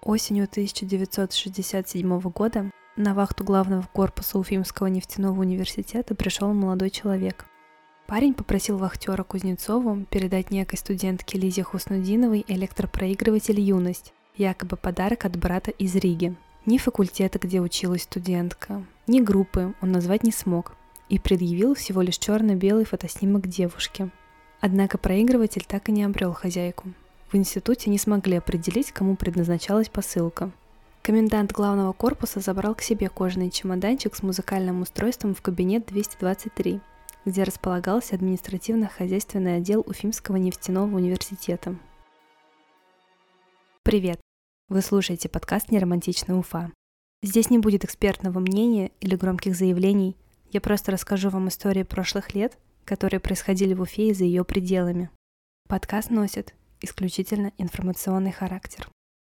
Осенью 1967 года на вахту главного корпуса Уфимского нефтяного университета пришел молодой человек. Парень попросил вахтера Кузнецову передать некой студентке Лизе Хуснудиновой электропроигрыватель «Юность», якобы подарок от брата из Риги. Ни факультета, где училась студентка, ни группы он назвать не смог и предъявил всего лишь черно-белый фотоснимок девушки. Однако проигрыватель так и не обрел хозяйку. В институте не смогли определить, кому предназначалась посылка. Комендант главного корпуса забрал к себе кожаный чемоданчик с музыкальным устройством в кабинет 223, где располагался административно-хозяйственный отдел Уфимского нефтяного университета. Привет! Вы слушаете подкаст «Неромантичная Уфа». Здесь не будет экспертного мнения или громких заявлений, я просто расскажу вам истории прошлых лет, которые происходили в Уфе и за ее пределами. Подкаст носит исключительно информационный характер.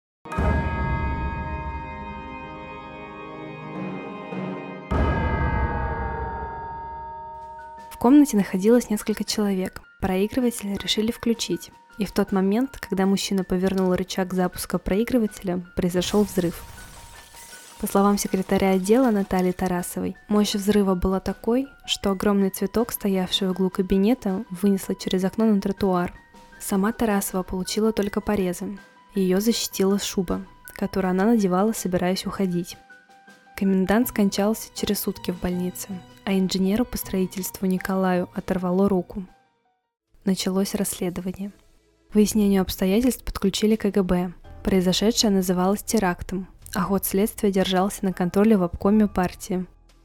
В комнате находилось несколько человек. Проигрыватель решили включить. И в тот момент, когда мужчина повернул рычаг запуска проигрывателя, произошел взрыв. По словам секретаря отдела Натальи Тарасовой, мощь взрыва была такой, что огромный цветок, стоявший в углу кабинета, вынесло через окно на тротуар. Сама Тарасова получила только порезы. Ее защитила шуба, которую она надевала, собираясь уходить. Комендант скончался через сутки в больнице, а инженеру по строительству Николаю оторвало руку. Началось расследование. К выяснению обстоятельств подключили КГБ. Произошедшее называлось терактом, а ход следствия держался на контроле в обкоме партии.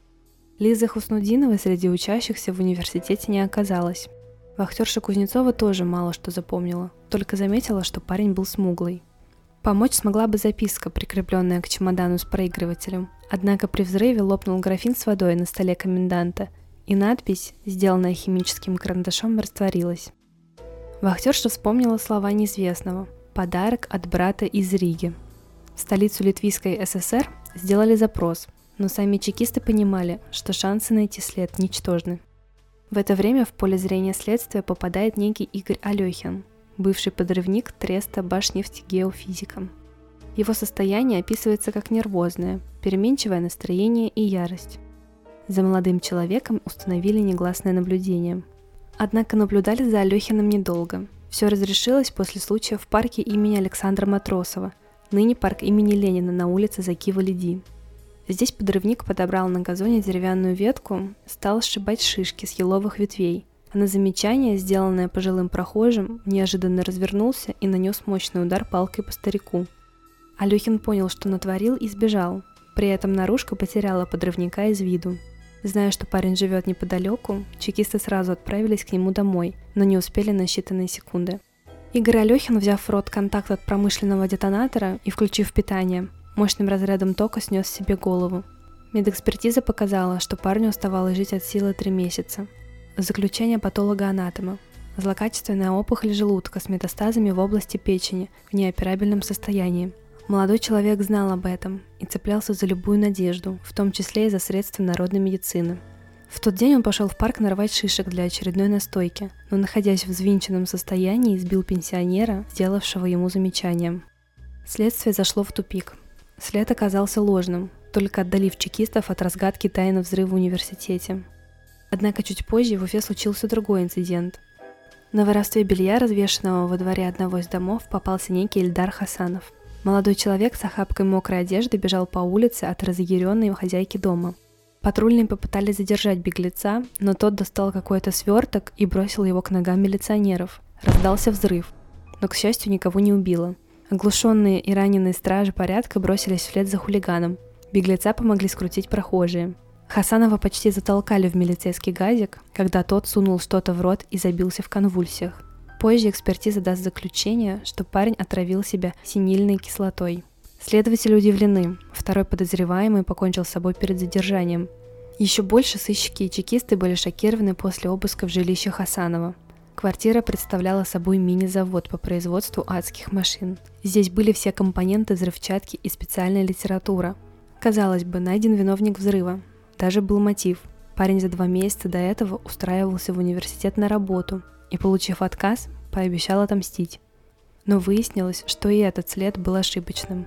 Лизы Хуснудиновой среди учащихся в университете не оказалось. Вахтерша Кузнецова тоже мало что запомнила, только заметила, что парень был смуглый. Помочь смогла бы записка, прикрепленная к чемодану с проигрывателем, однако при взрыве лопнул графин с водой на столе коменданта, и надпись, сделанная химическим карандашом, растворилась. Вахтерша вспомнила слова неизвестного «подарок от брата из Риги». В столицу Литвийской ССР сделали запрос, но сами чекисты понимали, что шансы найти след ничтожны. В это время в поле зрения следствия попадает некий Игорь Алехин, бывший подрывник треста Башнефтегеофизика. Его состояние описывается как нервозное, переменчивое настроение и ярость. За молодым человеком установили негласное наблюдение. Однако наблюдали за Алехиным недолго. Все разрешилось после случая в парке имени Александра Матросова, ныне парк имени Ленина на улице Закива-Лиди. Здесь подрывник подобрал на газоне деревянную ветку, стал сшибать шишки с еловых ветвей, а на замечание, сделанное пожилым прохожим, неожиданно развернулся и нанес мощный удар палкой по старику. Алехин понял, что натворил, и сбежал. При этом наружка потеряла подрывника из виду. Зная, что парень живет неподалеку, чекисты сразу отправились к нему домой, но не успели на считанные секунды. Игорь Алехин, взяв в рот контакт от промышленного детонатора и включив питание, мощным разрядом тока снес себе голову. Медэкспертиза показала, что парню оставалось жить от силы 3 месяца. Заключение патолога-анатома. Злокачественная опухоль желудка с метастазами в области печени в неоперабельном состоянии. Молодой человек знал об этом и цеплялся за любую надежду, в том числе и за средства народной медицины. В тот день он пошел в парк нарвать шишек для очередной настойки, но, находясь в взвинченном состоянии, избил пенсионера, сделавшего ему замечание. Следствие зашло в тупик. След оказался ложным, только отдалив чекистов от разгадки тайны взрыва в университете. Однако чуть позже в Уфе случился другой инцидент. На воровстве белья, развешанного во дворе одного из домов, попался некий Ильдар Хасанов. Молодой человек с охапкой мокрой одежды бежал по улице от разъяренной хозяйки дома. Патрульные попытались задержать беглеца, но тот достал какой-то сверток и бросил его к ногам милиционеров. Раздался взрыв, но, к счастью, никого не убило. Оглушенные и раненые стражи порядка бросились вслед за хулиганом. Беглеца помогли скрутить прохожие. Хасанова почти затолкали в милицейский газик, когда тот сунул что-то в рот и забился в конвульсиях. Позже экспертиза даст заключение, что парень отравил себя синильной кислотой. Следователи удивлены. Второй подозреваемый покончил с собой перед задержанием. Еще больше сыщики и чекисты были шокированы после обыска в жилище Хасанова. Квартира представляла собой мини-завод по производству адских машин. Здесь были все компоненты взрывчатки и специальная литература. Казалось бы, найден виновник взрыва. Даже был мотив. Парень за 2 месяца до этого устраивался в университет на работу и, получив отказ, пообещал отомстить. Но выяснилось, что и этот след был ошибочным.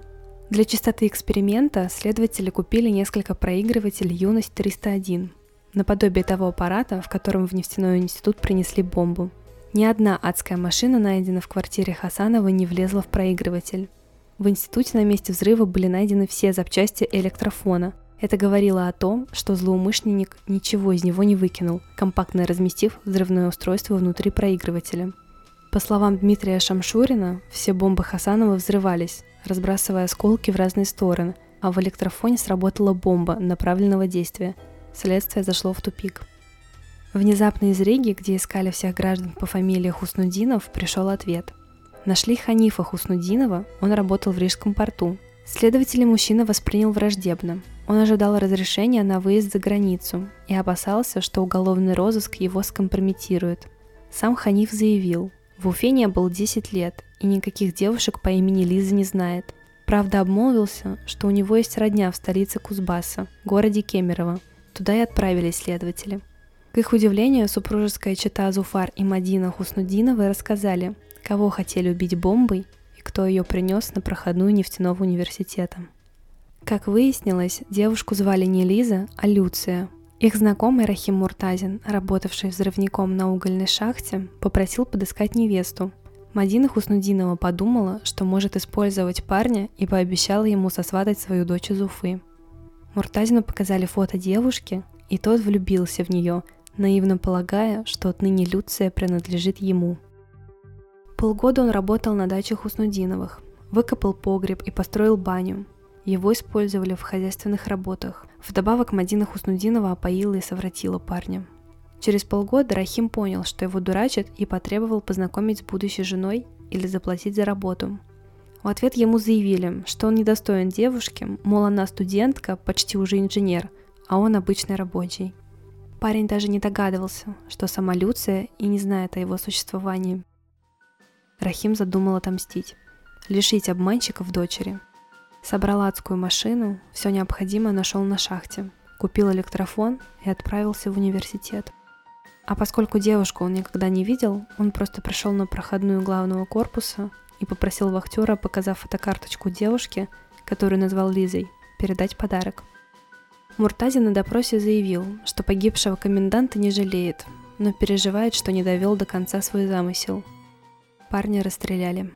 Для чистоты эксперимента следователи купили несколько проигрывателей «Юность-301», наподобие того аппарата, в котором в нефтяной институт принесли бомбу. Ни одна адская машина, найдена в квартире Хасанова, не влезла в проигрыватель. В институте на месте взрыва были найдены все запчасти электрофона. Это говорило о том, что злоумышленник ничего из него не выкинул, компактно разместив взрывное устройство внутри проигрывателя. По словам Дмитрия Шамшурина, все бомбы Хасанова взрывались, разбрасывая осколки в разные стороны, а в электрофоне сработала бомба направленного действия. Следствие зашло в тупик. Внезапно из Риги, где искали всех граждан по фамилии Хуснудинов, пришел ответ. Нашли Ханифа Хуснудинова, он работал в Рижском порту. Следователей мужчина воспринял враждебно. Он ожидал разрешения на выезд за границу и опасался, что уголовный розыск его скомпрометирует. Сам Ханиф заявил: в Уфе не был 10 лет и никаких девушек по имени Лиза не знает. Правда, обмолвился, что у него есть родня в столице Кузбасса, городе Кемерово. Туда и отправились следователи. К их удивлению, супружеская чета Зуфар и Мадина Хуснудиновы рассказали, кого хотели убить бомбой и кто ее принес на проходную нефтяного университета. Как выяснилось, девушку звали не Лиза, а Люция. Их знакомый Рахим Муртазин, работавший взрывником на угольной шахте, попросил подыскать невесту. Мадина Хуснудинова подумала, что может использовать парня, и пообещала ему сосватать свою дочь из Уфы. Муртазину показали фото девушки, и тот влюбился в нее, наивно полагая, что отныне Люция принадлежит ему. Полгода он работал на даче Хуснудиновых, выкопал погреб и построил баню. Его использовали в хозяйственных работах. Вдобавок Мадина Хуснудинова опоила и совратила парня. Через полгода Рахим понял, что его дурачат, и потребовал познакомить с будущей женой или заплатить за работу. В ответ ему заявили, что он недостоин девушки, мол, она студентка, почти уже инженер, а он обычный рабочий. Парень даже не догадывался, что сама Люция и не знает о его существовании. Рахим задумал отомстить, лишить обманщиков дочери. Собрал адскую машину, все необходимое нашел на шахте, купил электрофон и отправился в университет. А поскольку девушку он никогда не видел, он просто пришел на проходную главного корпуса и попросил вахтера, показав фотокарточку девушки, которую назвал Лизой, передать подарок. Муртазин на допросе заявил, что погибшего коменданта не жалеет, но переживает, что не довел до конца свой замысел. Парня расстреляли.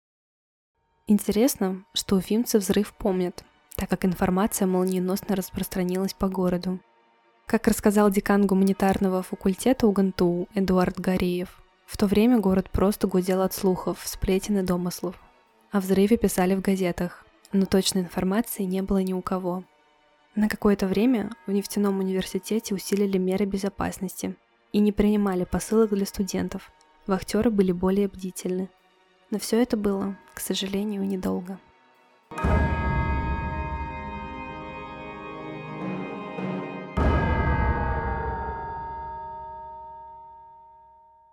Интересно, что уфимцы взрыв помнят, так как информация молниеносно распространилась по городу. Как рассказал декан гуманитарного факультета УГНТУ Эдуард Гореев, в то время город просто гудел от слухов, сплетен и домыслов. О взрыве писали в газетах, но точной информации не было ни у кого. На какое-то время в нефтяном университете усилили меры безопасности и не принимали посылок для студентов. Вахтеры были более бдительны. Но все это было, к сожалению, недолго.